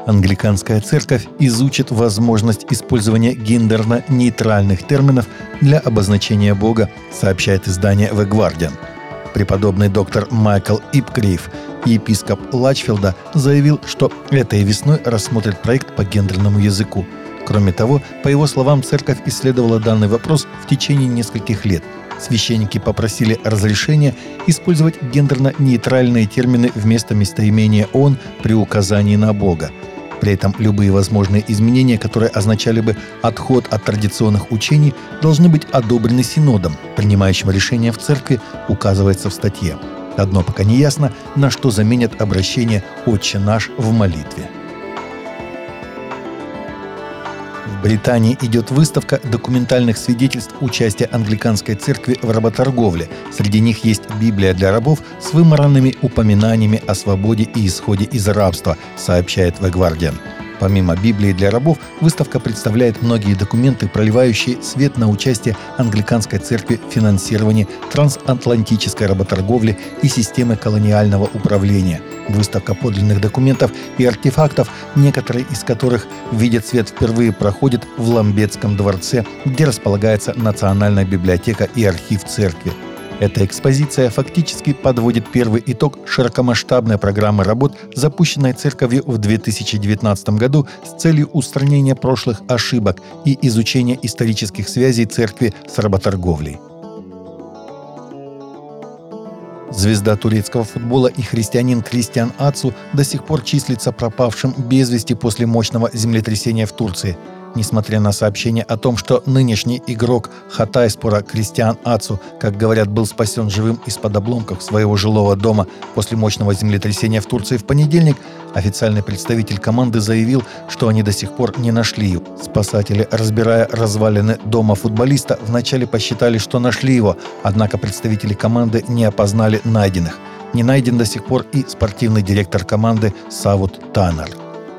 Англиканская церковь изучит возможность использования гендерно-нейтральных терминов для обозначения Бога, сообщает издание The Guardian. Преподобный доктор Майкл Ипкриф, епископ Лачфилда, заявил, что этой весной рассмотрит проект по гендерному языку. Кроме того, по его словам, церковь исследовала данный вопрос в течение нескольких лет. Священники попросили разрешения использовать гендерно-нейтральные термины вместо местоимения «он» при указании на Бога. При этом любые возможные изменения, которые означали бы отход от традиционных учений, должны быть одобрены синодом, принимающим решение в церкви, указывается в статье. Одно пока не ясно, на что заменят обращение «Отче наш» в молитве. В Британии идет выставка документальных свидетельств участия англиканской церкви в работорговле. Среди них есть Библия для рабов с вымаранными упоминаниями о свободе и исходе из рабства, сообщает The Guardian. Помимо Библии для рабов, выставка представляет многие документы, проливающие свет на участие англиканской церкви в финансировании трансатлантической работорговли и системы колониального управления. Выставка подлинных документов и артефактов, некоторые из которых видят свет впервые, проходит в Ламбетском дворце, где располагается Национальная библиотека и архив церкви. Эта экспозиция фактически подводит первый итог широкомасштабной программы работ, запущенной церковью в 2019 году с целью устранения прошлых ошибок и изучения исторических связей церкви с работорговлей. Звезда турецкого футбола и христианин Кристиан Ацу до сих пор числится пропавшим без вести после мощного землетрясения в Турции. Несмотря на сообщение о том, что нынешний игрок Хатайспора Кристиан Ацу, как говорят, был спасен живым из-под обломков своего жилого дома после мощного землетрясения в Турции в понедельник, официальный представитель команды заявил, что они до сих пор не нашли его. Спасатели, разбирая развалины дома футболиста, вначале посчитали, что нашли его, однако представители команды не опознали найденных. Не найден до сих пор и спортивный директор команды Савут Таннер.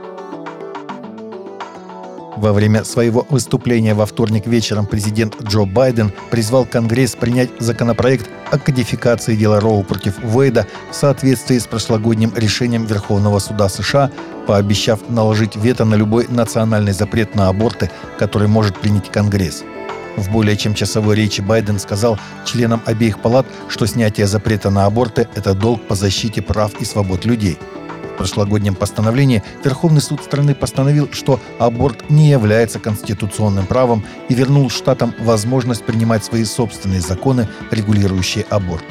Во время своего выступления во вторник вечером президент Джо Байден призвал Конгресс принять законопроект о кодификации дела Роу против Уэйда в соответствии с прошлогодним решением Верховного суда США, пообещав наложить вето на любой национальный запрет на аборты, который может принять Конгресс. В более чем часовой речи Байден сказал членам обеих палат, что снятие запрета на аборты – это долг по защите прав и свобод людей. В прошлогоднем постановлении Верховный суд страны постановил, что аборт не является конституционным правом и вернул штатам возможность принимать свои собственные законы, регулирующие аборты.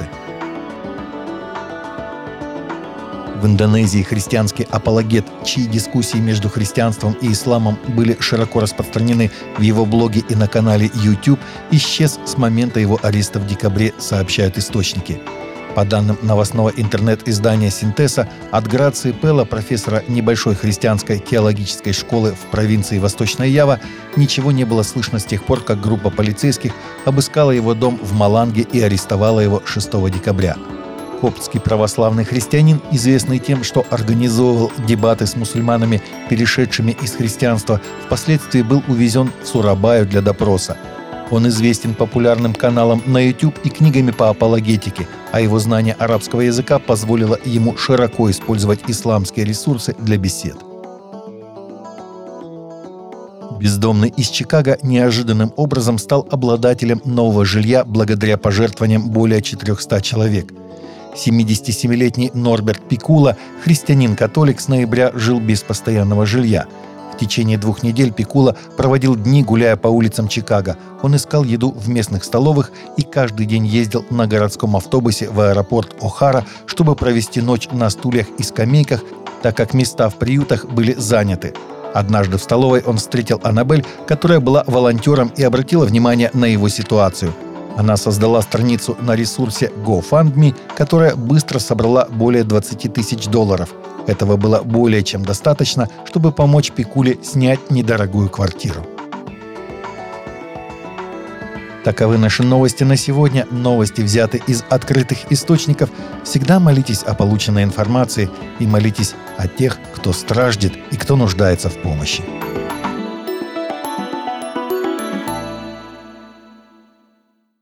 В Индонезии христианский апологет, чьи дискуссии между христианством и исламом были широко распространены в его блоге и на канале YouTube, исчез с момента его ареста в декабре, сообщают источники. По данным новостного интернет-издания «Синтеса», от Грации Пелла, профессора небольшой христианской теологической школы в провинции Восточная Ява, ничего не было слышно с тех пор, как группа полицейских обыскала его дом в Маланге и арестовала его 6 декабря. Коптский православный христианин, известный тем, что организовывал дебаты с мусульманами, перешедшими из христианства, впоследствии был увезен в Сурабаю для допроса. Он известен популярным каналом на YouTube и книгами по апологетике, а его знание арабского языка позволило ему широко использовать исламские ресурсы для бесед. Бездомный из Чикаго неожиданным образом стал обладателем нового жилья благодаря пожертвованиям более 400 человек. 77-летний Норберт Пикула, христианин-католик, с ноября жил без постоянного жилья. В течение 2 недель Пикула проводил дни, гуляя по улицам Чикаго. Он искал еду в местных столовых и каждый день ездил на городском автобусе в аэропорт О'Хара, чтобы провести ночь на стульях и скамейках, так как места в приютах были заняты. Однажды в столовой он встретил Аннабель, которая была волонтером и обратила внимание на его ситуацию. Она создала страницу на ресурсе GoFundMe, которая быстро собрала более $20 000. Этого было более чем достаточно, чтобы помочь Пикуле снять недорогую квартиру. Таковы наши новости на сегодня. Новости взяты из открытых источников. Всегда молитесь о полученной информации и молитесь о тех, кто страждет и кто нуждается в помощи.